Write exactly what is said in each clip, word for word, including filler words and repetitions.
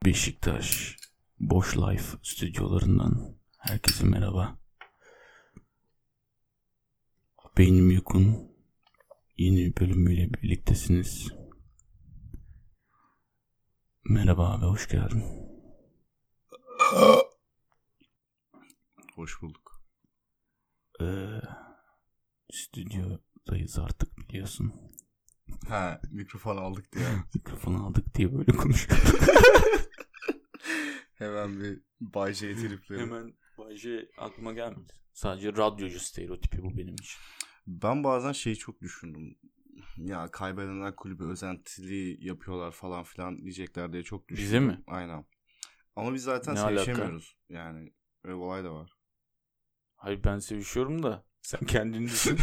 Beşiktaş Boş Life stüdyolarından herkese merhaba. Beynim Yukun yeni bir bölümüyle birliktesiniz. Merhaba abi, hoş geldin. Hoş bulduk. Ee, stüdyodayız artık, biliyorsun. Ha, mikrofon aldık diye. Mikrofon aldık diye böyle konuşuyoruz. Hemen bir Bay J tripleri. Hemen Bay J aklıma gelmedi. Sadece radyocu stereotipi bu benim için. Ben bazen şeyi çok düşündüm. Ya kaybedenler kulübü özentili yapıyorlar falan filan diyecekler diye çok düşündüm. Bize mi? Aynen. Ama biz zaten Ne sevişemiyoruz. Alaka? Yani öyle bir olay da var. Hayır, ben sevişiyorum da sen kendini düşün.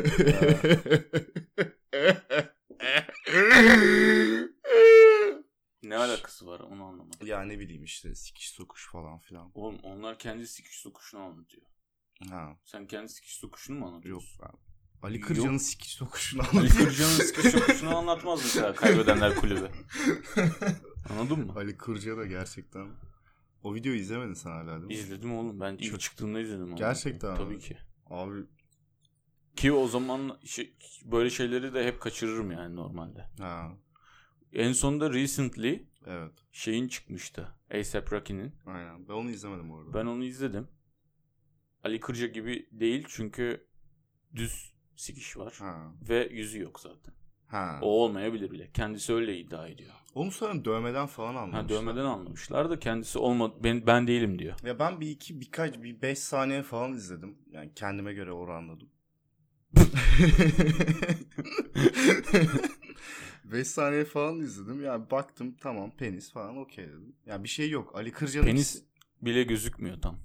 Ne alakası var, onu anlamadım. Ya ne bileyim işte sikiş sokuş falan filan. Oğlum onlar kendi sikiş sokuşunu anlatıyor. Ha. Sen kendi sikiş sokuşunu mu anlatıyorsun? Yok ben. Ali Kırca'nın Yok. sikiş sokuşunu anlatıyor. Ali Kırca'nın sikiş sokuşunu anlatmaz mesela Kaybedenler Kulübü. Anladın mı? Ali Kırca da gerçekten. O videoyu izlemedin sen hala değil mi? İzledim oğlum, ben ilk çıktığında izledim. Onu. Gerçekten Tabii abi. ki. Abi. Ki o zaman şey, böyle şeyleri de hep kaçırırım yani normalde. Ha. En sonunda recently evet. şeyin çıkmıştı. A$AP Rocky'nin. Aynen. Ben onu izlemedim orada. Ben onu izledim. Ali Kırca gibi değil çünkü düz sikiş var. Ha. Ve yüzü yok zaten. Ha. O olmayabilir bile. Kendisi öyle iddia ediyor. Onu sanırım dövmeden falan anlamışlar. Ha, dövmeden anlamışlar da kendisi olmadı, ben, ben değilim diyor. Ya ben bir iki birkaç bir beş saniye falan izledim. Yani kendime göre oranladım. beş saniye falan izledim. Yani baktım tamam penis falan okey dedim. Yani bir şey yok. Ali Kırca'nın penis ikisi... bile gözükmüyor tam.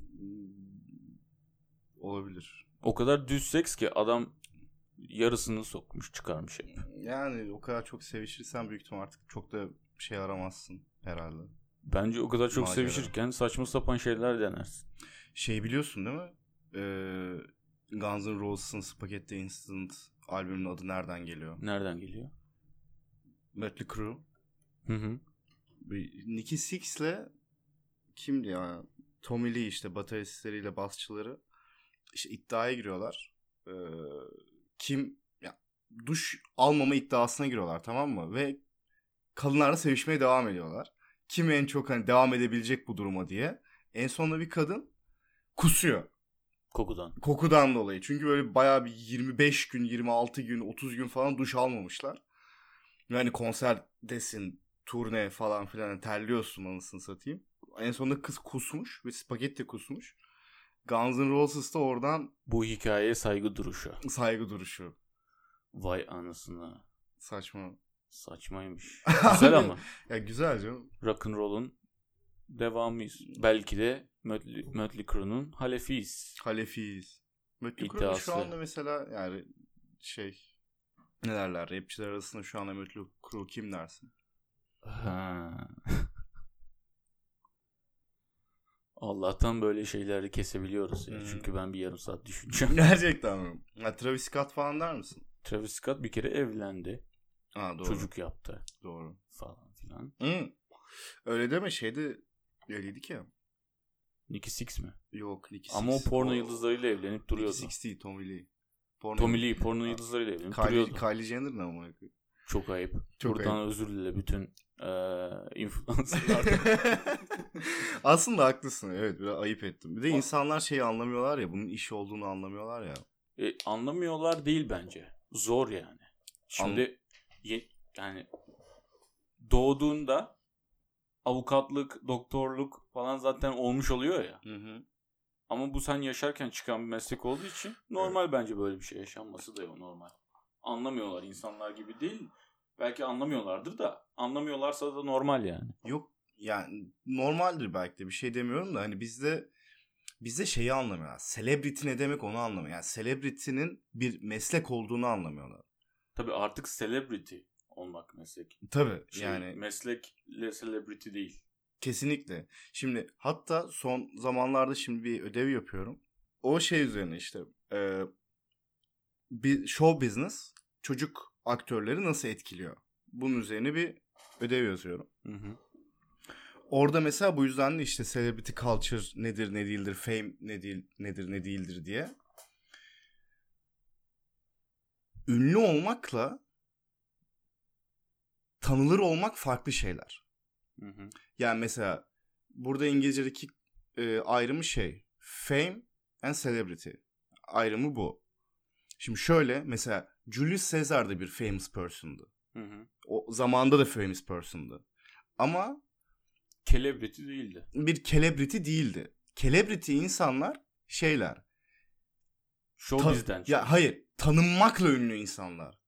Olabilir. O kadar düz seks ki adam yarısını sokmuş çıkarmış hep. Yani o kadar çok sevişirsen büyük ihtimal artık çok da şey aramazsın herhalde. Bence o kadar çok Macera. Sevişirken saçma sapan şeyler denersin. Şey biliyorsun değil mi? Ee, Guns N' Roses'ın Spaghetti Incident albümünün adı nereden geliyor? Nereden geliyor? Mötley Crüe. Hı hı. Nicky Sixx'le kimdi ya? Tommy Lee işte bataristleriyle basçıları işte iddiaya giriyorlar. Ee, kim ya duş almama iddiasına giriyorlar, tamam mı? Ve kadınlarla sevişmeye devam ediyorlar. Kim en çok hani devam edebilecek bu duruma diye. En sonunda bir kadın kusuyor. Kokudan. Kokudan dolayı. Çünkü böyle bayağı bir yirmi beş gün, yirmi altı gün, otuz gün falan duş almamışlar. Yani konserdesin, turne falan filan terliyorsun anasını satayım. En sonunda kız kusmuş ve spagetti kusmuş. Guns N' Roses da oradan... Bu hikayeye saygı duruşu. Saygı duruşu. Vay anasını. Saçma. Saçmaymış. Güzel ama. Ya güzel canım. Rock'n'roll'un devamıyız. Belki de Mötley, Mötley Crüe'nun halefiyiz. Halefiyiz. Mötley Crüe şu anda mesela yani şey... Ne derler? Rapçiler arasında şu anda Mötley Crüe kim dersin? Ha. Allah'tan böyle şeyleri kesebiliyoruz ya. Hmm. Çünkü ben bir yarım saat düşüneceğim. Gerçekten mi? Ya, Travis Scott falan der misin? Travis Scott bir kere evlendi. Ha, doğru. Çocuk yaptı. Doğru. Falan filan. Hmm. Öyle deme, şeyde öyleydik ya. Nicky Sixx mi? Yok, Nicky Sixx. Ama o porno o... yıldızlarıyla evlenip duruyordu. Nicky Sixx değil, Tommy Lee. Porno Tommy Lee porno yıldızlarıyla evlenip Kylie, duruyordu. Kylie Jenner ne ama? Çok ayıp. Çok Buradan ayıp. özür dile bütün ee, influencerlar. Aslında haklısın. Evet, biraz ayıp ettim. Bir de insanlar şeyi anlamıyorlar ya, bunun iş olduğunu anlamıyorlar ya. E, anlamıyorlar değil bence. Zor yani. Şimdi ye, yani doğduğunda avukatlık, doktorluk falan zaten olmuş oluyor ya. Hı hı. Ama bu sen yaşarken çıkan bir meslek olduğu için normal, evet. Bence böyle bir şey yaşanması da normal. Anlamıyorlar, insanlar gibi değil. Belki anlamıyorlardır da anlamıyorlarsa da normal yani. Yok yani normaldir belki de, bir şey demiyorum da hani bizde bizde şeyi anlamıyorlar. Celebrity ne demek onu anlamıyor. Yani celebrity'nin bir meslek olduğunu anlamıyorlar. Tabii artık celebrity olmak meslek. Tabii şey, yani. Meslekle celebrity değil. Kesinlikle. Şimdi hatta son zamanlarda şimdi bir ödev yapıyorum. O şey üzerine işte e, bir show business çocuk aktörleri nasıl etkiliyor? Bunun üzerine bir ödev yazıyorum. Hı hı. orada mesela bu yüzden de işte celebrity culture nedir ne değildir, fame ne değil, nedir ne değildir diye. Ünlü olmakla tanınır olmak farklı şeyler. Hı hı. Yani mesela burada İngilizce'deki e, ayrımı şey, fame and celebrity ayrımı bu. Şimdi şöyle mesela Julius Caesar da bir famous person'dı. Hı hı. O zamanda da famous person'dı. Ama Celebrity değildi. bir celebrity değildi. Celebrity insanlar şeyler. Showbiz'den. Ta- ya hayır, tanınmakla ünlü insanlar.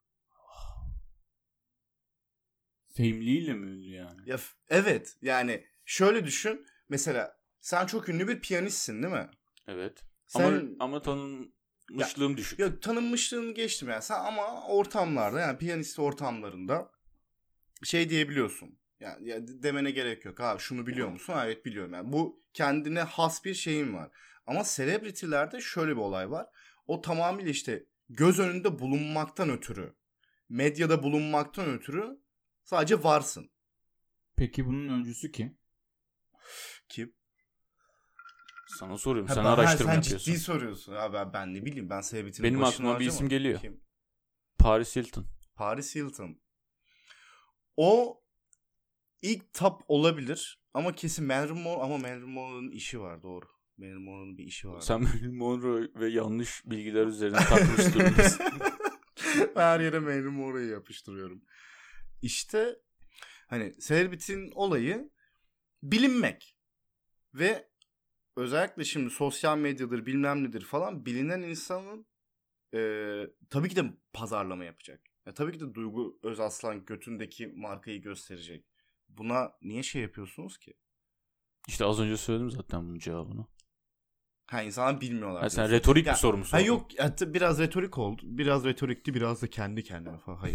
Fame'liyle mi ünlü yani? Ya f- evet, yani şöyle düşün. Mesela sen çok ünlü bir piyanistsin değil mi? Evet. Sen... Ama ama tanınmışlığım ya, düşük. Ya tanınmışlığını geçtim yani. Sen ama ortamlarda, yani piyanist ortamlarında şey diyebiliyorsun. Yani ya demene gerek yok. Abi şunu biliyor musun? Ha, evet biliyorum. Yani bu kendine has bir şeyin var. Ama celebrity'lerde şöyle bir olay var. O tamamıyla işte göz önünde bulunmaktan ötürü, medyada bulunmaktan ötürü sadece varsın. Peki bunun öncüsü kim? Kim? Sana soruyorum. Ha, sen ben, araştırma sen yapıyorsun. Sen ciddi soruyorsun. Ya ben, ben ne bileyim. Ben celebrity'nin Benim başını aklıma bir isim harcamam. geliyor. Kim? Paris Hilton. Paris Hilton. O ilk top olabilir ama kesin Marilyn Monroe, ama Marilyn Monroe'nun işi var, doğru. Marilyn Monroe'nun bir işi var. Sen Marilyn Monroe ve yanlış bilgiler üzerine takmış durumdasın. Her yere Marilyn Monroe'yu yapıştırıyorum. İşte hani celebrity'nin olayı bilinmek. Ve özellikle şimdi sosyal medyadır bilmem nedir falan, bilinen insanın e, tabii ki de pazarlama yapacak. Ya, tabii ki de Duygu Özaslan götündeki markayı gösterecek. Buna niye şey yapıyorsunuz ki? İşte az önce söyledim zaten bunun cevabını. Ha, insanlar bilmiyorlar. Ha, sen retorik ya, bir soru mu sordun? Ha yok, ya, biraz retorik oldu. Biraz retorikti, biraz da kendi kendine falan. Hayır.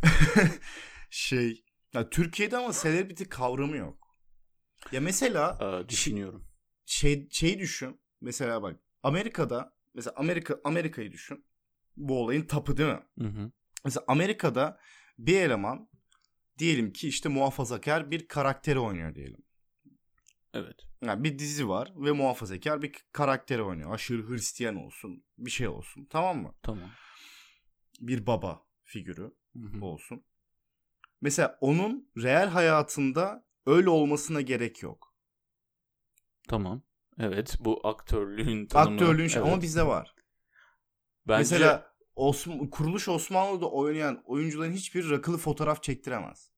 şey, ya Türkiye'de ama celebrity kavramı yok. Ya mesela Aa, düşünüyorum. Şey şeyi düşün. Mesela bak, Amerika'da mesela Amerika Amerika'yı düşün. Bu olayın tapı değil mi? Hı hı. Mesela Amerika'da bir eleman diyelim ki işte muhafazakar bir karakteri oynuyor diyelim. Evet. Yani bir dizi var ve muhafazakar bir karakteri oynuyor. Aşırı Hristiyan olsun, bir şey olsun, tamam mı? Tamam. Bir baba figürü Hı hı. olsun. Mesela onun real hayatında öyle olmasına gerek yok. Tamam. Evet, bu aktörlüğün tanımı. Aktörlüğün şey, evet. ama bizde var. Bence... Mesela Osman, Kuruluş Osmanlı'da oynayan oyuncuların hiçbiri rakılı fotoğraf çektiremez.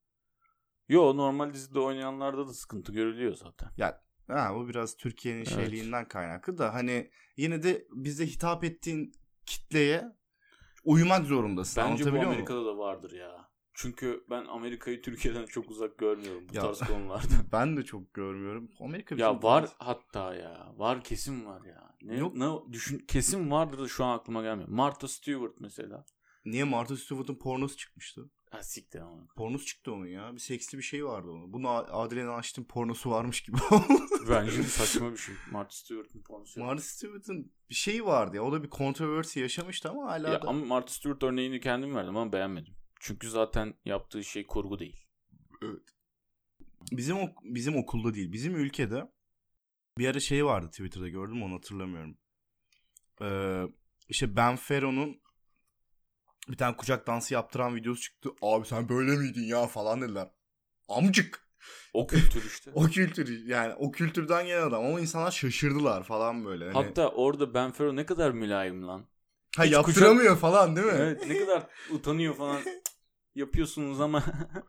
Yo, normal dizide oynayanlarda da sıkıntı görülüyor zaten. Ya ha, bu biraz Türkiye'nin evet. şeyliğinden kaynaklı da hani yine de bize hitap ettiğin kitleye uymak zorundasın. Bence bu Amerika'da da vardır ya. Çünkü ben Amerika'yı Türkiye'den çok uzak görmüyorum bu ya, tarz konularda. Ben de çok görmüyorum. Amerika ya var tarz... hatta ya. Var, kesin var ya. Ne, Yok. Ne, düşün, kesin vardır da şu an aklıma gelmiyor. Martha Stewart mesela. Niye? Martha Stewart'ın pornosu çıkmıştı. Ha, siktir ama. Pornosu çıktı onun ya. Bir seksli bir şey vardı onun. Bunu Adile Naşit'in pornosu varmış gibi. Bence saçma bir şey. Martha Stewart'ın pornosu. Martha Stewart'ın bir şeyi vardı ya. O da bir kontroversi yaşamıştı ama hala ya da. Ama Martha Stewart örneğini kendim verdim ama beğenmedim. Çünkü zaten yaptığı şey kurgu değil. Evet. Bizim bizim okulda değil. Bizim ülkede bir ara şey vardı, Twitter'da gördüm, onu hatırlamıyorum. Ee, işte Ben Fero'nun bir tane kucak dansı yaptıran videosu çıktı. Abi sen böyle miydin ya falan dediler. Amcık. O kültür işte. O kültür yani, o kültürden gelen adam ama insanlar şaşırdılar falan böyle. Hani... Hatta orada Ben Fero ne kadar mülayim lan. Ha, hiç yaptıramıyor kucak... falan değil mi? Evet, ne kadar utanıyor falan. Yapıyorsunuz ama.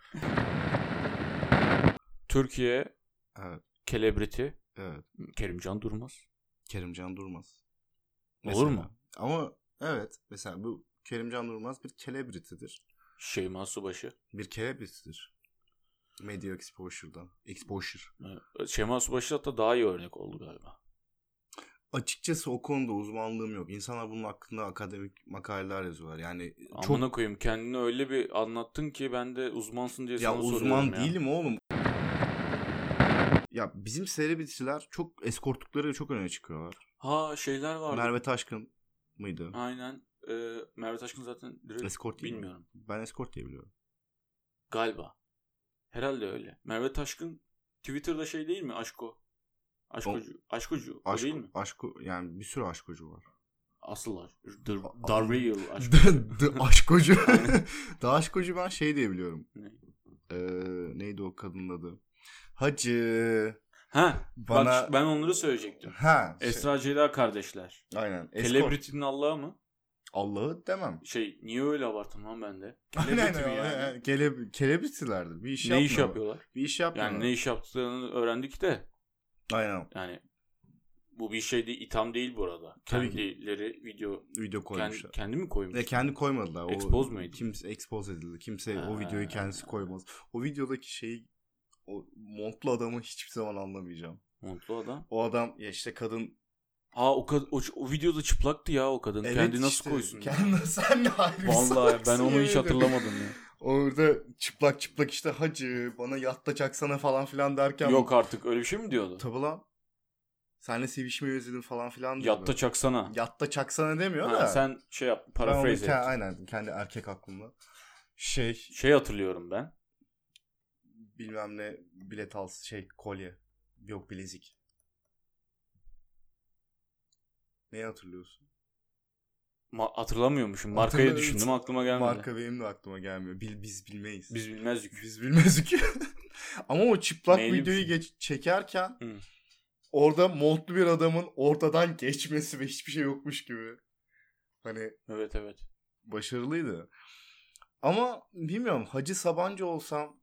Türkiye evet. Celebrity. Evet. Kerimcan Durmaz. Kerimcan Durmaz. Olur mesela. mu? Ama evet, mesela bu Kerimcan Durmaz bir celebrity'dir. Şeyma Subaşı. Bir celebrity'dir. Media exposure'dan. Exposure. Evet. Şeyma Subaşı hatta daha iyi örnek oldu galiba. Açıkçası o konuda uzmanlığım yok. İnsanlar bunun hakkında akademik makaleler yazıyorlar. Yani amına çok... koyayım, kendini öyle bir anlattın ki ben de uzmansın diye ya sana uzman soruyorum ya. Ya uzman değilim oğlum. Ya bizim celebrity'ler çok eskortlukları çok öne çıkıyorlar. Ha, şeyler vardı. Merve Taşkın mıydı? Aynen. Ee, Merve Taşkın zaten direkt eskort bilmiyorum. Mi? Ben eskort diye biliyorum. Galiba. Herhalde öyle. Merve Taşkın Twitter'da şey değil mi? Aşko. Aşkocu. Aşkocu. O Aşko, değil mi? Aşko, yani bir sürü aşkocu var. Asıl aşk. The, the real aşk. The, the aşkocu. The aşkocu ben şey diye biliyorum. Ne? Ee, neydi o kadının adı? Hacı. Ha, Bana... bak ben onları söyleyecektim. Ha. Esra şey... Ceyda kardeşler. Aynen. Celebrity'nin Allah'ı mı? Allah'ı demem. Şey niye öyle abarttım lan ben de? Aynen yani. Kele, kelebrity'lerdi. Bir iş ne yapmıyorlar. iş yapıyorlar? Bir iş yapmıyorlar. Yani ne iş yaptıklarını öğrendik de. Aynen. Yani bu bir şey değil, itham değil bu arada. Tabii Kendileri ki. video video koymuşlar. Kendi, kendi mi koymuş? E kendi koymadılar. Expose mu edildi? Kimse expose edildi. Kimse Ha. o videoyu kendisi koymaz. O videodaki şeyi, o montlu adamı hiçbir zaman anlamayacağım. Montlu adam. O adam ya işte kadın. Aa o, kad- o, o videoda çıplaktı ya o kadın. Evet kendi nasıl işte, koysun? Kendi sen de ayrı bir Vallahi ben onu hiç yani. hatırlamadım ya. Orada çıplak çıplak işte hacı bana yatta çaksana falan filan derken. Yok artık öyle bir şey mi diyordu? Tabii lan. Seninle sevişmeyi özledim falan filan diyordu. Yatta çaksana. Yatta çaksana demiyor ha, da. Sen şey yap, Ben paraphrase onu ke- et. aynen kendi erkek aklımda. Şey. Şey hatırlıyorum ben. Bilmem ne bilet al şey kolye. Yok bilezik. Neyi hatırlıyorsun? Ma- hatırlamıyormuşum. Markayı Hatırla- düşündüm aklıma gelmedi. Marka benim de aklıma gelmiyor. Bil, biz bilmeyiz. Biz bilmezdik. Biz bilmezdik. Ama o çıplak Neyli videoyu şey? geç- çekerken Hı. orada montlu bir adamın ortadan geçmesi ve hiçbir şey yokmuş gibi. Hani Evet evet. başarılıydı. Ama bilmiyorum Hacı Sabancı olsam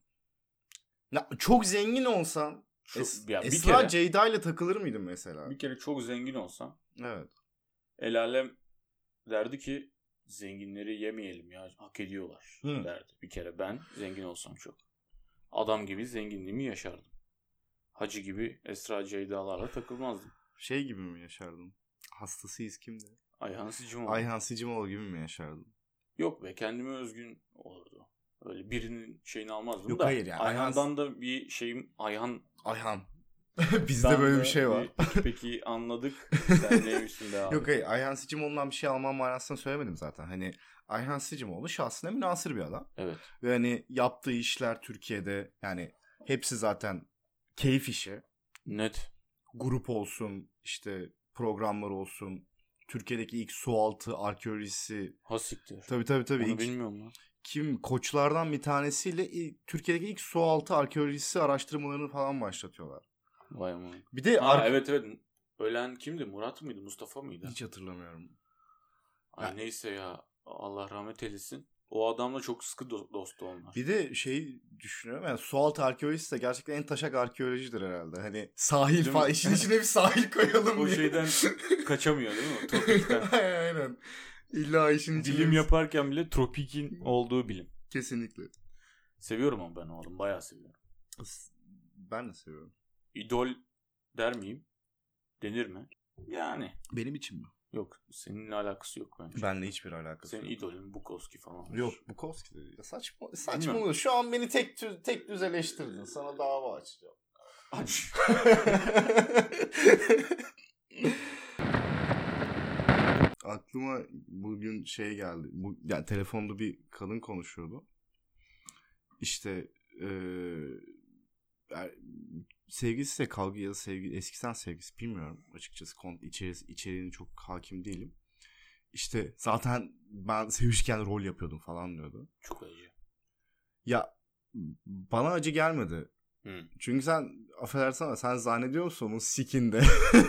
ya çok zengin olsam Çok, Es- ya bir Esra kere, Ceyda ile takılır mıydım mesela? bir kere çok zengin olsam Evet. el alem derdi ki zenginleri yemeyelim ya hak ediyorlar Hı. derdi. Bir kere ben zengin olsam çok. Adam gibi zenginliğimi yaşardım. Hacı gibi Esra Ceyda'larla takılmazdım. Şey gibi mi yaşardın? Hastasıyız kimdi? Ayhan Sicimoğlu. Ayhan Sicimoğlu gibi mi yaşardın? Yok be kendime özgün olurdu. Öyle birinin şeyini almazdım Yok, da. hayır yani. Ayhan'dan Ayhan- da bir şeyim Ayhan. Ayhan. Bizde böyle bir şey var. Peki, peki anladık. Sen neymişsin be abi? Yok hayır Ayhan Sicimoğlu'ndan bir şey almam manasını söylemedim zaten. Hani Ayhan Sicimoğlu şahsına münhasır bir adam. Evet. Ve hani yaptığı işler Türkiye'de yani hepsi zaten keyif işi. Net. Grup olsun işte programlar olsun. Türkiye'deki ilk sualtı arkeolojisi. Ha siktir. Tabii tabii tabii. Onu ilk, bilmiyorum lan. kim koçlardan bir tanesiyle ilk, Türkiye'deki ilk sualtı arkeolojisi araştırmalarını falan başlatıyorlar. Vay aman. Bir de Ha ar- evet evet. Ölen kimdi? Murat mıydı? Mustafa mıydı? hiç hatırlamıyorum. Ay Ha. neyse ya. Allah rahmet eylesin. O adamla çok sıkı do- dostu onlar. Bir de şey düşünüyorum yani sualtı arkeolojisi de gerçekten en taşak arkeolojidir herhalde. Hani sahil Değil falan mi? işin içine bir sahil koyalım O diye. şeyden kaçamıyor değil mi? Tropikten. Aynen. İlla işin içine Bilim bir- yaparken bile tropikin olduğu bilim. Kesinlikle. Seviyorum ama ben oğlum. Bayağı seviyorum. Ben de seviyorum. İdol der miyim? Denir mi? Yani. Benim için mi? Yok. Seninle alakası yok bence. Benle hiçbir alakası Senin yok. idolün Bukowski falan. Yok Bukowski de değil. Saçma, saçma Bilmiyorum. oluyor. Şu an beni tek tü- tek düz eleştirdin. Sana dava açacağım. Aç. Aklıma bugün şey geldi. Bu, yani telefonda bir kadın konuşuyordu. İşte eee er, sevgilisiyle kavga ya da sevgili eskiden sevgisi bilmiyorum açıkçası kont içerisi içeriğine çok hakim değilim. İşte zaten ben sevişken rol yapıyordum falan diyordu. Çok acı. Ya bana acı gelmedi. Hı. Çünkü sen affedersin ama sen zannediyor musun onun sikinde?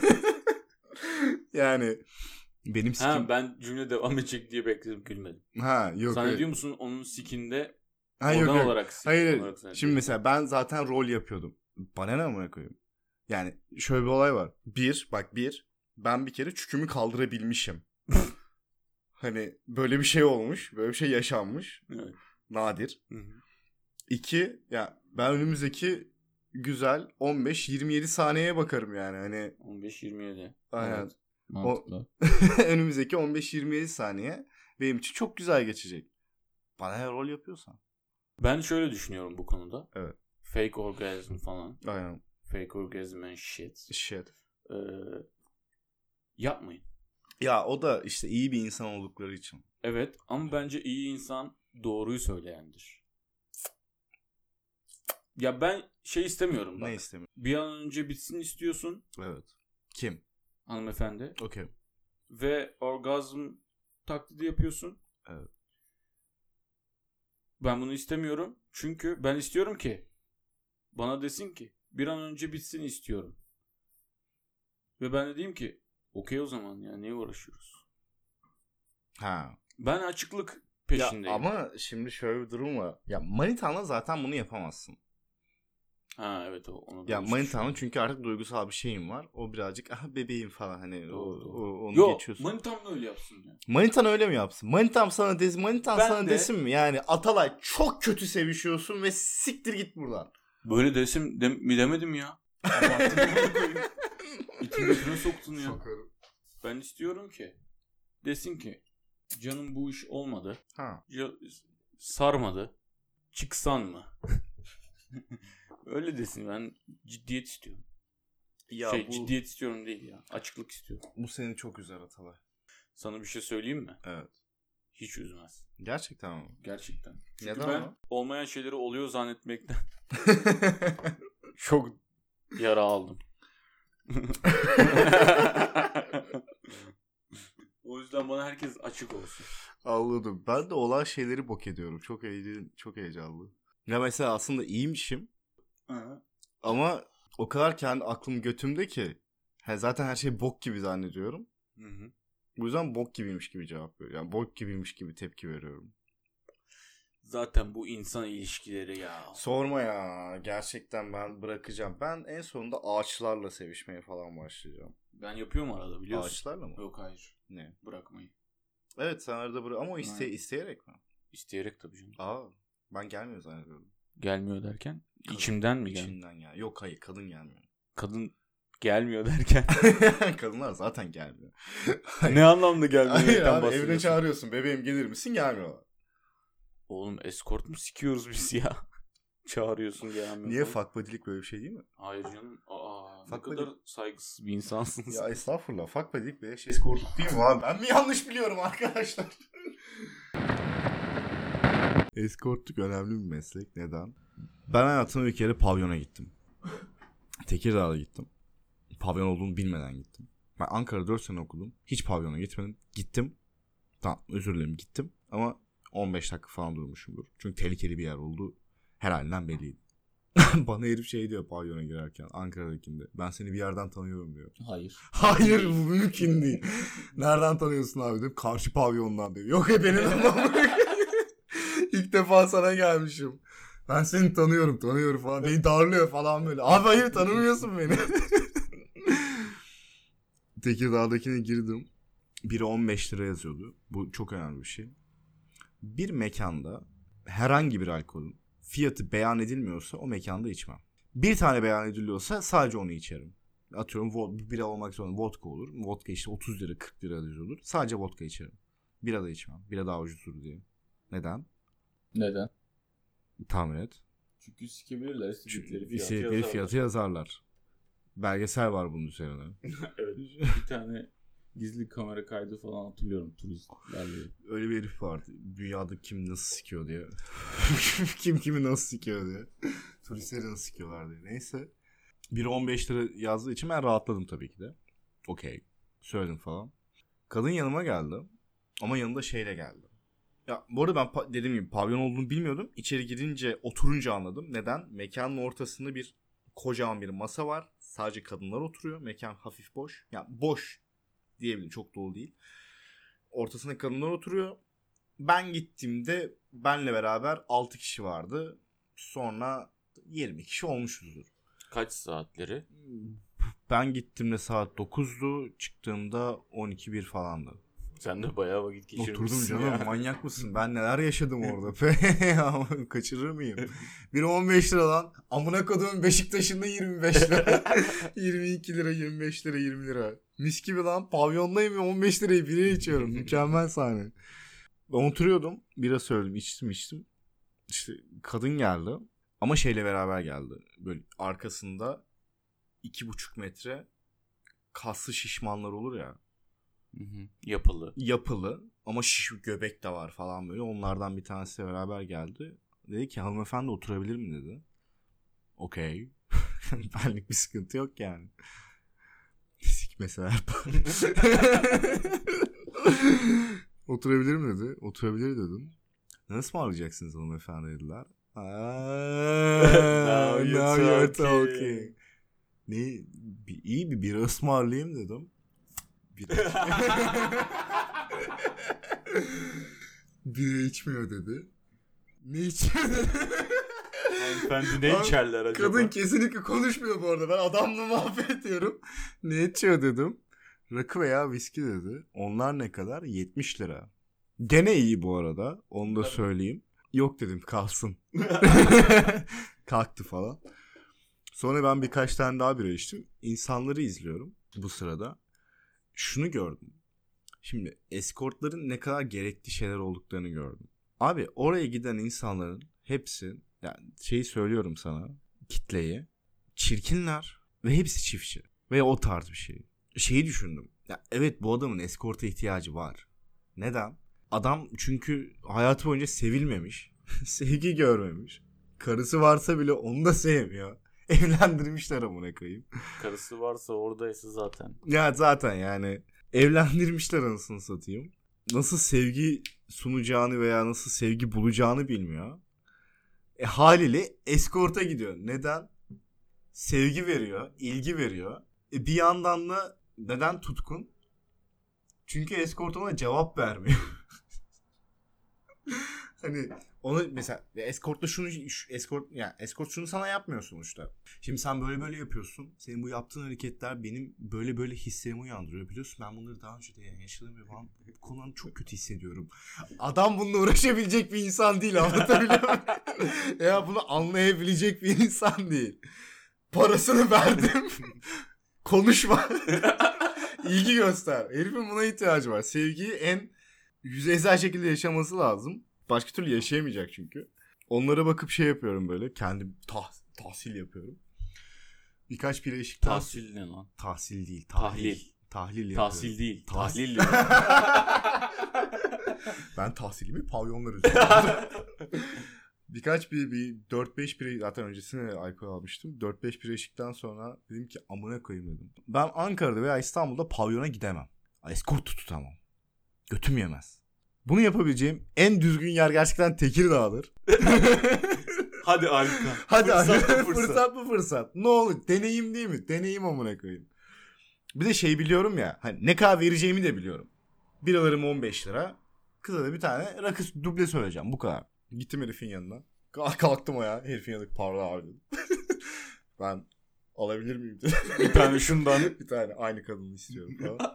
Yani benim sikim... Ha ben cümle devam edecek diye bekledim gülmedim. Ha yok. Zannediyor evet. musun onun sikinde Ha, oradan yok, yok. olarak sik Hayır, olarak hayır. Şimdi mesela ben zaten rol yapıyordum. Bana ne amına koyayım? Yani şöyle bir olay var. Bir, bak bir. Ben bir kere çükümü kaldırabilmişim. Hani böyle bir şey olmuş. Böyle bir şey yaşanmış. Evet. Nadir. Hı hı. İki, ya ben önümüzdeki güzel on beş yirmi yedi saniyeye bakarım yani. Hani on beş yirmi yedi. aynen. Evet. Mantıklı. Önümüzdeki on beş yirmi yedi saniye benim için çok güzel geçecek. Bana her rol yapıyorsan. Ben şöyle düşünüyorum bu konuda. Evet. Fake orgasm falan. Aynen. Fake orgasm and shit. Shit. Ee, yapmayın. Ya o da işte iyi bir insan oldukları için. Evet ama bence iyi insan doğruyu söyleyendir. Ya ben şey istemiyorum bak. Ne istemiyorum? Bir an önce bitsin istiyorsun Evet. Kim? hanımefendi. Okey. Ve orgazm taklidi yapıyorsun. Evet. Ben bunu istemiyorum. Çünkü ben istiyorum ki bana desin ki bir an önce bitsin istiyorum. Ve ben de diyeyim ki okey o zaman ya niye uğraşıyoruz? Ha. Ben açıklık peşindeyim. Ya ama şimdi şöyle bir durum var. Ya manitanla zaten bunu yapamazsın. Ha evet o. Onu Ya manitanla çünkü artık duygusal bir şeyim var. O birazcık ah bebeğim falan hani doğru, o, doğru. o, onu Yo, geçiyorsun. manitam da öyle yapsın ya. Manitan öyle mi yapsın? Manitam sana desin, manitan Ben sana de... desin mi? Yani Atalay çok kötü sevişiyorsun ve siktir git buradan. Böyle desim de, mi demedim ya. İçin götüne soktun ya. Sokarım. Ben istiyorum ki desin ki canım bu iş olmadı. Ha. Ya, sarmadı. Çıksan mı? Öyle desin. Ben ciddiyet istiyorum. Ya şey bu... ciddiyet istiyorum değil ya. Açıklık istiyorum. Bu seni çok üzer Atalay. Sana bir şey söyleyeyim mi? Evet. Hiç üzmez. Gerçekten mi? Gerçekten. Çünkü neden ben ama? olmayan şeyleri oluyor zannetmekten çok yara aldım. O yüzden bana herkes açık olsun. Anladım. Ben de olan şeyleri bok ediyorum. Çok heyecan, çok heyecanlı. Ya mesela aslında iyiymişim. Hı. Ama o kadar kendi aklım götümde ki he, zaten her şey bok gibi zannediyorum. Hı hı. Bu yüzden bok gibiymiş gibi cevap veriyorum. Yani bok gibiymiş gibi tepki veriyorum. Zaten bu insan ilişkileri ya. Sorma ya. Gerçekten ben bırakacağım. Ben en sonunda ağaçlarla sevişmeye falan başlayacağım. Ben yapıyorum arada biliyorsun. Ağaçlarla mı? Yok hayır. Ne? Bırakmayı. Evet sen arada bırak. Ama o iste Aynen. isteyerek mi? İsteyerek tabii canım. Aa, ben gelmiyor zannediyorum. Gelmiyor derken? Kadın. İçimden mi gelmiyor? İçinden ya. Yok hayır kadın gelmiyor. Kadın gelmiyor derken? Kadınlar zaten gelmiyor. Ne anlamda gelmiyor? Hayır abi evine çağırıyorsun. Bebeğim gelir misin? Gelmiyorlar. Oğlum escort mu sikiyoruz biz ya? Çağırıyorsun gelmiyor. Niye falan. fuckbody'lik böyle bir şey değil mi? Hayır canım. Aa, Fuck ne kadar saygısız bir insansınız. Ya estağfurullah. Fuckbody'lik böyle şey escortluk değil mi abi? Ben mi yanlış biliyorum arkadaşlar? Escortluk önemli bir meslek. Neden? Ben hayatımda bir kere pavyona gittim. Tekirdağ'a gittim. Pavyon olduğunu bilmeden gittim. Ben Ankara'da dört sene okudum. Hiç pavyona gitmedim. Gittim. Tamam özür dilerim gittim. Ama on beş dakika falan durmuşumdur. Çünkü tehlikeli bir yer oldu. Her halinden belliydi. Bana herif şey diyor pavyona girerken Ankara'dakinde. Ben seni bir yerden tanıyorum diyor. Hayır. Hayır bu mümkün değil. Nereden tanıyorsun abi diyorum. Karşı pavyondan diyor. Yok e benim anlamı. İlk defa sana gelmişim. Ben seni tanıyorum tanıyorum falan. Beni darlıyor falan böyle. Abi hayır tanımıyorsun beni. Tekirdağ'dakine girdim. Biri on beş lira yazıyordu. Bu çok önemli bir şey. Bir mekanda herhangi bir alkolün fiyatı beyan edilmiyorsa o mekanda içmem. Bir tane beyan ediliyorsa sadece onu içerim. Atıyorum bira olmak zorunda vodka olur. Vodka işte otuz lira kırk lira olur. Sadece vodka içerim. Bira da içmem. Bira daha ucuzdur diye. Neden? Neden? Tahmin et. Çünkü sikebilirler. İstedikleri fiyatı İstedikleri yazarlar. fiyatı yazarlar. Belgesel var bunun üzerine. Evet. Bir tane gizli kamera kaydı falan hatırlıyorum turistlerle. Öyle bir herif vardı. Dünyada kim nasıl sikiyor diye. kim kimi nasıl sikiyor diye. Turistleri nasıl sikiyorlar diye. Neyse. Biri on beş lira yazdığı için ben rahatladım tabii ki de. Okey. Söyledim falan. Kadın yanıma geldi. Ama yanında şeyle geldi. Ya bu arada ben pa- dediğim gibi pavyon olduğunu bilmiyordum. İçeri girince oturunca anladım. Neden? Mekanın ortasında bir kocaman bir masa var. Sadece kadınlar oturuyor. Mekan hafif boş. Ya yani boş diyebilirim. Çok dolu değil. Ortasında kadınlar oturuyor. Ben gittiğimde benle beraber altı kişi vardı. Sonra yirmi kişi olmuşuzdur. Kaç saatleri? Ben gittiğimde saat dokuzdu. Çıktığımda on iki bir falandı. Sen de bayağı vakit geçirmişsin. Oturdum canım ya. manyak mısın? Ben neler yaşadım orada. Kaçırır mıyım? Biri on beş lira lan. Amına koduğum Beşiktaş'ında yirmi beş lira. yirmi iki lira, yirmi beş lira, yirmi lira. Mis gibi lan. Pavyondayım ya on beş lirayı bira içiyorum. Mükemmel sahne. Ben oturuyordum. Bira söyledim. içtim içtim. İşte kadın geldi. Ama şeyle beraber geldi. Böyle arkasında iki buçuk metre kaslı şişmanlar olur ya. Hı hı. Yapılı. Yapılı ama şiş göbek de var falan böyle. Onlardan bir tanesiyle beraber geldi. Dedi ki hanımefendi oturabilir mi dedi. Okey. Benlik bir sıkıntı yok yani. Sikmeseler. Oturabilir mi dedi. Oturabilir dedim. Nasıl mı ısmarlayacaksınız hanımefendi dediler. Now you're, you're talking. Ne? Bir, iyi bir bira ısmarlayayım dedim. Bira, bira içmiyor dedi. Ne içiyor dedi. Hanımefendi ne içerler acaba? Kadın kesinlikle konuşmuyor bu arada. Ben adamla muhabbet ediyorum. Ne içiyor dedim. Rakı veya viski dedi. Onlar ne kadar? yetmiş lira. Gene iyi bu arada. Onu da söyleyeyim. Yok dedim kalsın. Kalktı falan. Sonra ben birkaç tane daha bira içtim. İnsanları izliyorum bu sırada. Şunu gördüm. Şimdi eskortların ne kadar gerekli şeyler olduklarını gördüm. Abi oraya giden insanların hepsi, yani şeyi söylüyorum sana, kitleyi, çirkinler ve hepsi çiftçi. Ve o tarz bir şey. Şeyi düşündüm. Ya evet, bu adamın eskorta ihtiyacı var. Neden? Adam çünkü hayatı boyunca sevilmemiş. Sevgi görmemiş. Karısı varsa bile onu da sevmiyor. Evlendirmişler amına koyayım. Karısı varsa oradaysa zaten. Ya zaten yani evlendirmişler anasını satayım. Nasıl sevgi sunacağını veya nasıl sevgi bulacağını bilmiyor. E haliyle eskorta gidiyor. Neden? Sevgi veriyor, ilgi veriyor. E bir yandan da neden tutkun? Çünkü eskort ona cevap vermiyor. Hani onu mesela eskortla şunu eskort yani eskort şunu sana yapmıyor sonuçta. Şimdi sen böyle böyle yapıyorsun. Senin bu yaptığın hareketler benim böyle böyle hislerimi uyandırıyor. Biliyorsun ben bunları daha önce de yaşadım ve ben bu konudan çok kötü hissediyorum. Adam bununla uğraşabilecek bir insan değil, anlatabiliyor muyum? Ya bunu anlayabilecek bir insan değil. Parasını verdim. Konuşma. İlgi göster. Herifin buna ihtiyacı var. Sevgiyi en yüzeysel şekilde yaşaması lazım. Başka türlü yaşayamayacak çünkü. Onlara bakıp şey yapıyorum böyle. Kendim tah, tahsil yapıyorum. Birkaç bile eşikten... Tahsil ne lan? Tahsil değil. Tahlil. Tahlil. Tahlil yapıyorum. Tahsil değil. Tahsil. Tahlil. Ben tahsilimi pavyonlar üzerinde. Birkaç bir, bir dört beş bire, zaten öncesine alkol almıştım. dört beş bire içtikten sonra dedim ki amına koyayım dedim. Ben Ankara'da veya İstanbul'da pavyona gidemem. Eskort tutamam. Götüm yemez. Bunu yapabileceğim en düzgün yer gerçekten Tekirdağ'dır. Hadi Alkan. Hadi fırsat abi. bu fırsat. Fırsat bu fırsat. Ne olur, deneyim değil mi? Deneyim amına koyayım. Bir de şey biliyorum ya. Hani ne kadar vereceğimi de biliyorum. Biralarım on beş lira. Kıza da bir tane rakı duble söyleyeceğim. Bu kadar. Gittim herifin yanına. Kalktım o ya. Herifin yanına pardon abi dedim. Ben alabilir miyim dedim. Bir tane şundan. Bir tane aynı kadını istiyorum falan.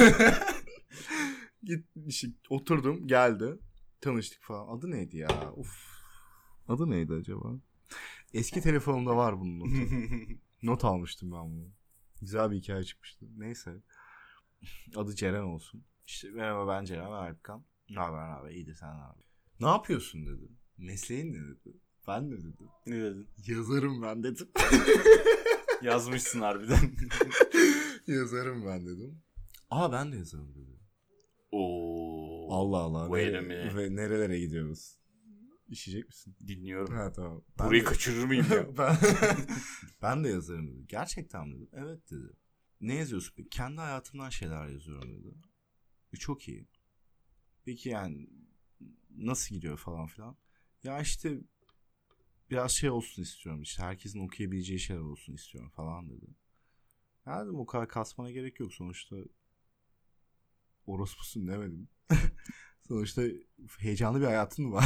Gitmişim, oturdum, geldi. Tanıştık falan. Adı neydi ya? Uf. Adı neydi acaba? Eski telefonumda var bunun notu. Not almıştım ben bunu. Güzel bir hikaye çıkmıştı. Neyse. Adı Ceren olsun. İşte merhaba ben Ceren Erkan. Ne haber abi? İyidir sen abi. Ne yapıyorsun dedi. Mesleğin ne dedi. Ben ne dedim. Ne dedin? Yazarım ben dedim. Yazmışsın harbiden. Yazarım ben dedim. Aa ben de yazarım dedi. Oo. Allah Allah. Wait Nere- a minute. ve nerelere gidiyoruz? İşecek misin? Dinliyorum. Ha tamam. Burayı de... kaçırır mıyım ya? ben... ben de yazarım dedi. Gerçekten dedim. Evet dedi. Ne yazıyorsun? Peki, kendi hayatımdan şeyler yazıyorum dedi. E, çok iyi. Peki yani nasıl gidiyor falan filan. Ya işte biraz şey olsun istiyorum. İşte herkesin okuyabileceği şeyler olsun istiyorum falan dedi. Yani dedim, o kadar kasmana gerek yok. Sonuçta orospusun demedim. Sonuçta heyecanlı bir hayatın mı var?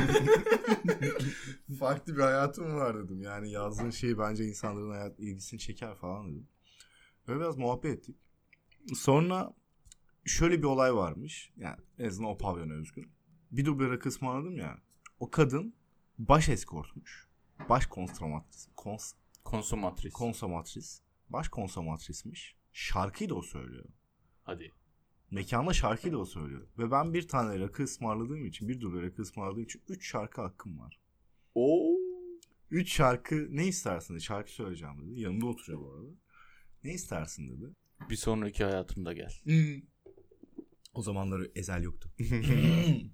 Farklı bir hayatın mı var dedim. Yani yazdığın şey bence insanların hayat ilgisini çeker falan dedim. Öyle biraz muhabbet ettik. Sonra şöyle bir olay varmış. Yani en azından o pavyona özgün. Bir duble rakı ısmarladım ya. O kadın baş eskortmuş. Baş konsomatris. Kons, Konsomatris. konsomatris. Baş konsomatrismiş. Şarkıyı da o söylüyor. Hadi. Mekanda şarkıyı da o söylüyor. Ve ben bir tane rakı ısmarladığım için, bir duble rakı ısmarladığım için üç şarkı hakkım var. Oo. Üç şarkı ne istersin dedi. Şarkı söyleyeceğim dedi. Yanımda oturuyor bu arada. Ne istersin dedi. Bir sonraki hayatımda gel. Hmm. O zamanları Ezel yoktu.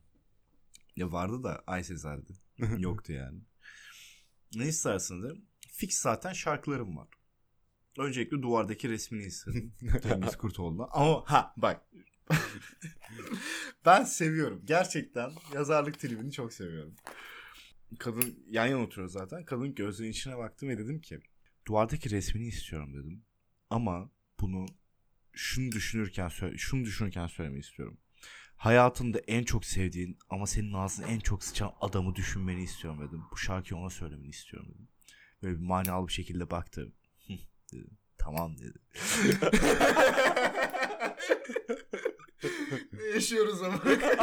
Ya vardı da Ay Sezel'di. Yoktu yani. Ne istersin dedi. fix zaten şarkılarım var. Öncelikle duvardaki resmini istedim. Temiz Kurtoğlu'na. Ama ha bak. Ben seviyorum. Gerçekten yazarlık tribini çok seviyorum. Kadın yan yana oturuyor zaten. Kadın gözlerinin içine baktım ve dedim ki duvardaki resmini istiyorum dedim. Ama bunu şunu düşünürken söyle, şunu düşünürken söylemeyi istiyorum. Hayatında en çok sevdiğin ama senin ağzına en çok sıçan adamı düşünmeni istiyorum dedim. Bu şarkıyı ona söylemeni istiyorum dedim. Böyle bir manalı bir şekilde baktı. Dedim. Tamam dedi. Ne yaşıyoruz ama.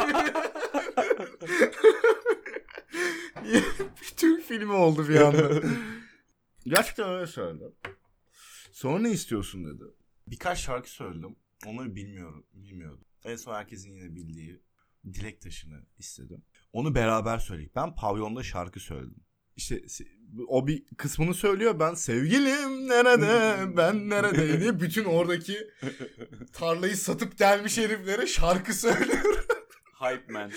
Bir Türk filmi oldu bir anda. Gerçekten öyle söyledim. Sonra ne istiyorsun dedi. Birkaç şarkı söyledim. Onları bilmiyorum, bilmiyordum. En son herkesin yine bildiği Dilek Taşı'nı istedim. Onu beraber söyledik. Ben pavyonda şarkı söyledim. İşte o bir kısmını söylüyor. Ben sevgilim nerede, ben nerede diye bütün oradaki tarlayı satıp gelmiş heriflere şarkı söylüyorum. Hype man.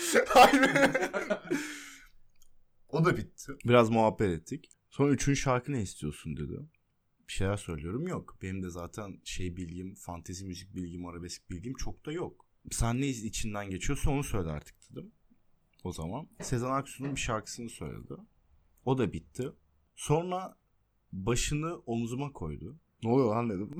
O da bitti. Biraz muhabbet ettik. Sonra üçüncü şarkı ne istiyorsun dedi. Bir şeyler söylüyorum. Yok. Benim de zaten şey bilgim, fantezi müzik bilgim, arabesk bilgim çok da yok. Sen ne içinden geçiyorsa onu söyle artık dedim. O zaman Sezen Aksu'nun bir şarkısını söyledi. O da bitti. Sonra başını omzuma koydu. Ne oluyor lan dedim.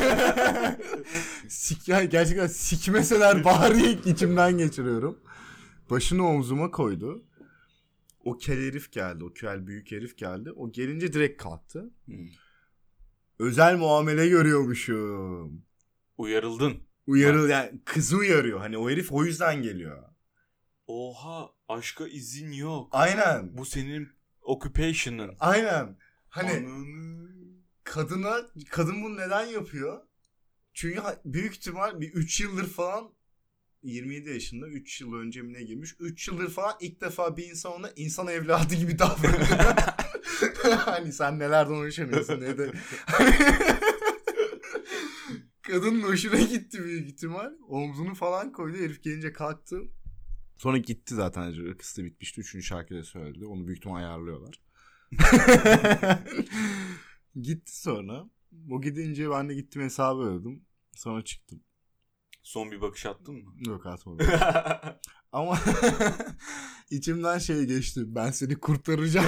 Sik, yani gerçekten sikmeseler bari içimden geçiriyorum. Başını omzuma koydu. O kel herif geldi. O kel büyük herif geldi. O gelince direkt kalktı. Hmm. Özel muamele görüyormuşum. Uyarıldın. Uyarıl yani kızı uyarıyor. Hani o herif o yüzden geliyor. Oha, aşka izin yok. Aynen. Bu senin occupation'ın. Aynen. Hani Ananı. kadına kadın bunu neden yapıyor? Çünkü büyük ihtimal bir üç yıldır falan yirmi yedi yaşında üç yıl önce mi ne girmiş? üç yıldır falan ilk defa bir insan ona insan evladı gibi davranıyor. Hani sen nelerden hoşlanıyorsun ne de. Kadının hoşuna gitti büyük ihtimal. Omzunu falan koydu. Herif gelince kalktı. Sonra gitti zaten. Kısı da bitmişti. Üçüncü şarkıyı da söyledi. Onu büyük ihtimal ayarlıyorlar. Gitti sonra. O gidince ben de gittim hesabı ödedim. Sonra çıktım. Son bir bakış attın mı? Yok atmadım. Ama içimden şey geçti. Ben seni kurtaracağım.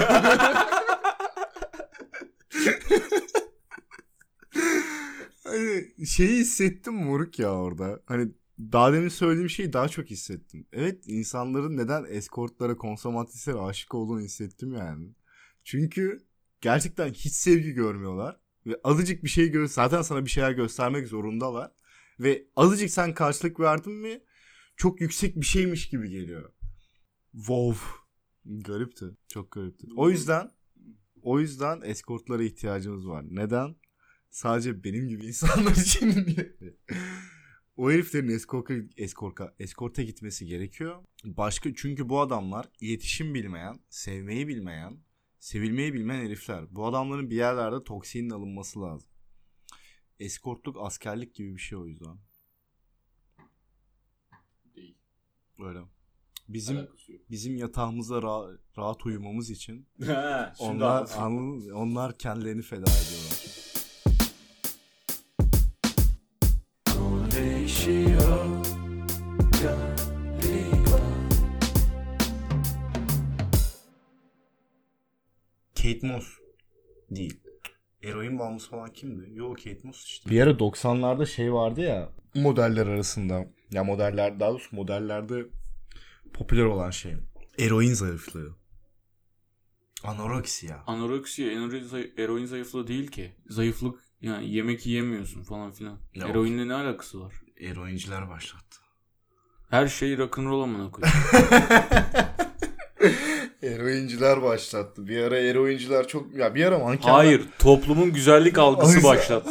Hani şeyi hissettim moruk ya orada. Hani daha demin söylediğim şeyi daha çok hissettim. Evet, insanların neden eskortlara, konsomatrislere aşık olduğunu hissettim yani. Çünkü gerçekten hiç sevgi görmüyorlar. Ve azıcık bir şey gör, zaten sana bir şeyler göstermek zorundalar. Ve azıcık sen karşılık verdin mi çok yüksek bir şeymiş gibi geliyor. Wow. Garipti. Çok garipti. O yüzden o yüzden eskortlara ihtiyacımız var. Neden? Sadece benim gibi insanlar için diye. O heriflerin eskorka, eskorka, eskorta gitmesi gerekiyor. Başka, çünkü bu adamlar iletişim bilmeyen, sevmeyi bilmeyen, sevilmeyi bilmeyen herifler. Bu adamların bir yerlerde toksiğinin alınması lazım. Eskortluk askerlik gibi bir şey o yüzden. Değil. Öyle. Bizim bizim yatağımıza ra- rahat uyumamız için onlar an, onlar kendilerini feda ediyorlar. Kate Moss değil. Eroin bağımlısı falan kimdi? Yok, Kate Moss işte. Bir ara doksanlarda şey vardı ya, modeller arasında. Ya modeller, daha doğrusu modellerde popüler olan şey. Eroin zayıflığı. Anoreksiya. Anoreksiya, eroin zayıflığı değil ki. Zayıflık yani yemek yiyemiyorsun falan filan. Ya eroinle ne alakası var? Eroinciler başlattı. Her şey rock'n'roll amına koyayım. Eroinciler başlattı. Bir ara eroinciler çok... Ya bir ara mankenler... Hayır. Toplumun güzellik algısı başlattı.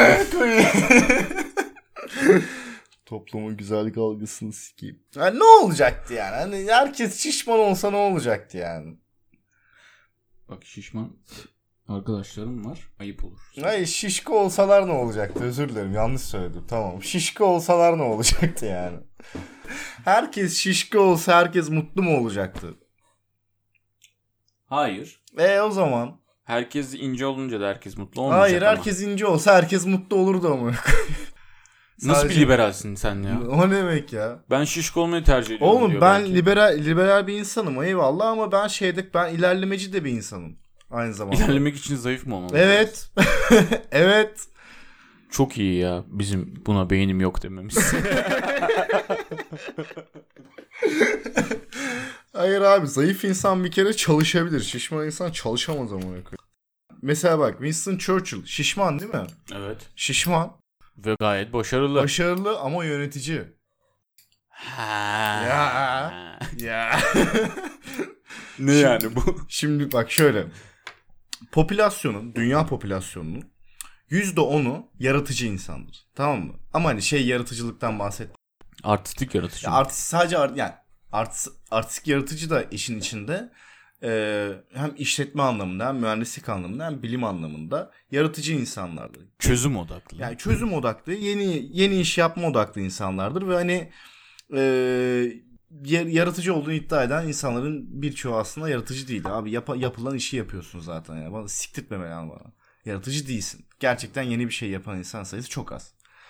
Toplumun güzellik algısını sikeyim. Yani ne olacaktı yani? Hani herkes şişman olsa ne olacaktı yani? Bak, şişman arkadaşlarım var. Ayıp olur. Hayır, şişko olsalar ne olacaktı? Özür dilerim, yanlış söyledim. Tamam. Şişko olsalar ne olacaktı yani? Herkes şişko olsa herkes mutlu mu olacaktı? Hayır. E o zaman Herkes ince olunca da herkes mutlu olmayacak Hayır ama. herkes ince olsa herkes mutlu olurdu ama. Nasıl Sadece... bir liberalsin sen ya? O ne demek ya? Ben şişko olmayı tercih ediyorum Oğlum diyor ben belki. liberal liberal bir insanım eyvallah ama ben şeyde ben ilerlemeci de bir insanım aynı zamanda. İlerlemek için zayıf mı olmamız Evet. Evet. Çok iyi ya bizim buna beynim yok dememiz. Hayır abi zayıf insan bir kere çalışabilir. Şişman insan çalışamaz ama. Mesela bak Winston Churchill şişman değil mi? Evet. Şişman. Ve gayet başarılı. Başarılı ama yönetici. Ha. Ya. Ya. Ne yani bu? Şimdi bak şöyle. Popülasyonun, dünya popülasyonunun yüzde onu yaratıcı insandır. Tamam mı? Ama hani şey yaratıcılıktan bahset. Artistik yaratıcı. Ya artist sadece art, yani artist, artistik yaratıcı da işin içinde. Ee, hem işletme anlamında hem mühendislik anlamında hem bilim anlamında yaratıcı insanlardır. Çözüm odaklı. Yani çözüm odaklı, yeni yeni iş yapma odaklı insanlardır ve hani e, yaratıcı olduğunu iddia eden insanların birçoğu aslında yaratıcı değil. Abi yap, yapılan işi yapıyorsun zaten ya. Bana siktirtme yani bana. Yaratıcı değilsin. Gerçekten yeni bir şey yapan insan sayısı çok az.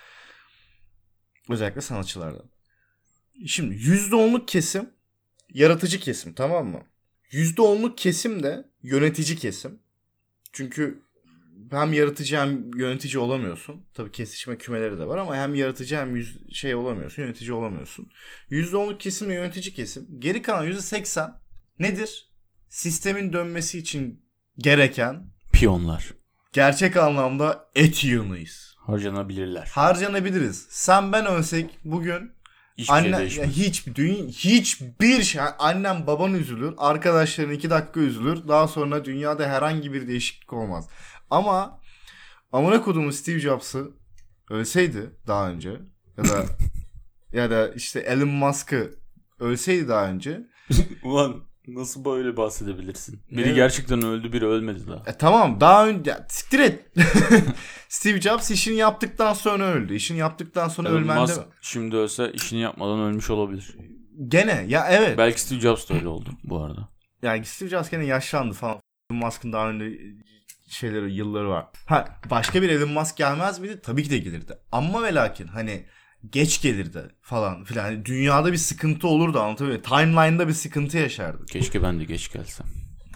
Özellikle sanatçılarda. Şimdi yüzde onluk kesim yaratıcı kesim, tamam mı? yüzde onluk kesim de yönetici kesim. Çünkü hem yaratıcı hem yönetici olamıyorsun. Tabii kesişme kümeleri de var ama hem yaratıcı hem yüz, şey olamıyorsun, yönetici olamıyorsun. yüzde onluk kesimle yönetici kesim. Geri kalan yüzde seksen nedir? Sistemin dönmesi için gereken piyonlar. Gerçek anlamda et yığınıyız. Harcanabilirler. Harcanabiliriz. Sen ben ölsek bugün Hiçbir anne, şey değişmez. hiç, dünya, hiçbir şey. Annem baban üzülür. Arkadaşların iki dakika üzülür. Daha sonra dünyada herhangi bir değişiklik olmaz. Ama amına koduğumuz Steve Jobs'ı ölseydi daha önce ya da ya da işte Elon Musk'ı ölseydi daha önce. Ulan nasıl böyle bahsedebilirsin? Biri Ne? gerçekten öldü, biri ölmedi daha. E tamam daha önce ya, siktir et. Steve Jobs işini yaptıktan sonra öldü. İşini yaptıktan sonra Elon ölmen Musk de şimdi ölse işini yapmadan ölmüş olabilir. gene ya evet. Belki Steve Jobs da öyle oldu bu arada. Yani Steve Jobs gene yaşlandı falan. Elon Musk'ın daha önce şeyleri, yılları var. Ha başka bir Elon Musk gelmez miydi? Tabii ki de gelirdi. Ama ve lakin hani geç gelirdi falan filan. Yani dünyada bir sıkıntı olurdu, anlatabiliyor muyum? Timeline'da bir sıkıntı yaşardı. Keşke ben de geç gelsem.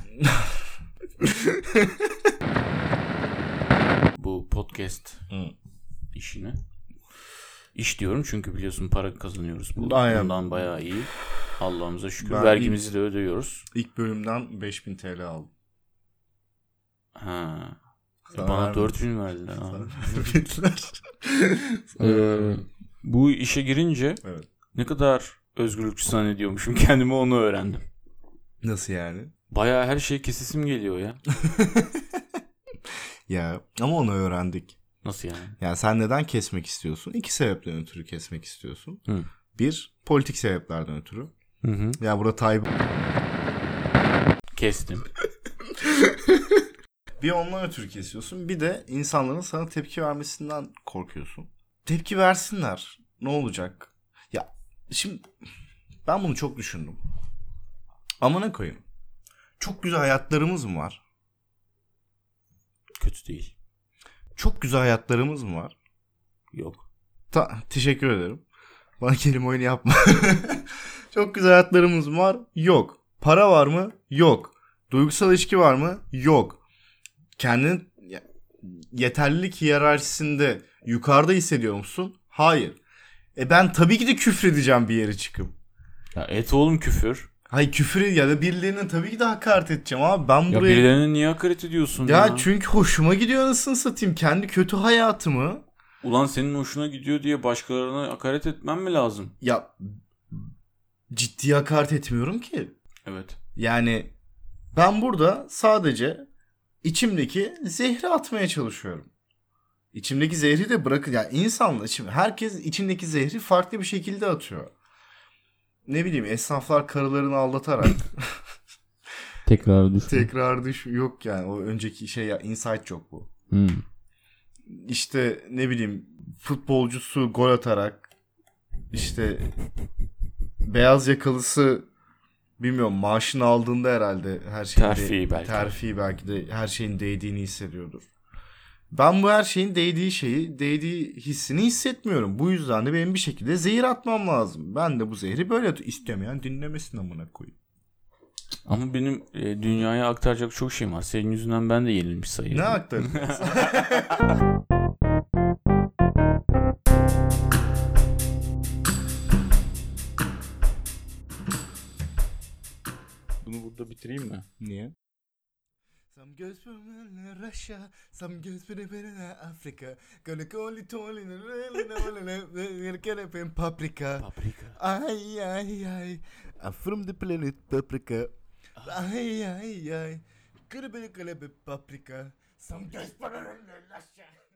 Bu podcast Hı. işine. İş diyorum çünkü biliyorsun para kazanıyoruz. Bu. Aynen. Bundan bayağı iyi. Allah'ımıza şükür. Ben Vergimizi de ödüyoruz. İlk bölümden beş bin T L aldım. Ha. Sana Bana vermedim. dört bin verdiler. Sana abi. vermediler. Ee, bu işe girince Evet. ne kadar özgürlükçü zannediyormuşum. Kendime onu öğrendim. Nasıl yani? Bayağı her şey kesesim geliyor ya. Ya ama onu öğrendik. Nasıl yani? Yani sen neden kesmek istiyorsun? İki sebepten ötürü kesmek istiyorsun. Hı. Bir, politik sebeplerden ötürü. Hı hı. Ya burada Tayyip... Kestim. Bir ondan ötürü kesiyorsun. Bir de insanların sana tepki vermesinden korkuyorsun. Tepki versinler. Ne olacak? Ya şimdi ben bunu çok düşündüm. Amına koyayım. Çok güzel hayatlarımız mı var? Kötü değil. Çok güzel hayatlarımız mı var? Yok. Ta- teşekkür ederim. Bana kelime oyunu yapma. Çok güzel hayatlarımız mı var? Yok. Para var mı? Yok. Duygusal ilişki var mı? Yok. Kendini yeterlilik hiyerarşisinde yukarıda hissediyor musun? Hayır. E ben tabii ki de küfredeceğim bir yere çıkıp. Ya et oğlum küfür. Hayır küfür ya da birilerine tabii ki de hakaret edeceğim abi. Ben Ya buraya... birilerine niye hakaret ediyorsun Ya, ya? çünkü hoşuma gidiyor anasını satayım. Kendi kötü hayatımı. Ulan senin hoşuna gidiyor diye başkalarına hakaret etmem mi lazım? Ya ciddi hakaret etmiyorum ki. Evet. Yani ben burada sadece içimdeki zehri atmaya çalışıyorum. İçimdeki zehri de bırakın. Yani insanlar, şimdi herkes içindeki zehri farklı bir şekilde atıyor. Ne bileyim esnaflar karılarını aldatarak. Tekrar düşün. Tekrar düş yok yani o önceki şey ya inside joke bu. Hmm. İşte ne bileyim futbolcusu gol atarak işte beyaz yakalısı bilmiyorum maaşını aldığında herhalde her şeyin Terfi de, belki. terfi belki de her şeyin değdiğini hissediyordur. Ben bu her şeyin değdiği şeyi, değdiği hissini hissetmiyorum. Bu yüzden de benim bir şekilde zehir atmam lazım. Ben de bu zehri böyle istemeyen dinlemesin amına koyayım. Ama benim e, dünyaya aktaracak çok şeyim var. Senin yüzünden ben de yenilmiş sayılırım. Ne aktarın? Bunu burada bitireyim mi? Niye? Some girls from Russia, some girls from Africa, gonna call it all in a paprika. Paprika. Ay ay ay, I'm from the planet paprika. Ay ay ay, could have been a paprika. Some girls from Russia.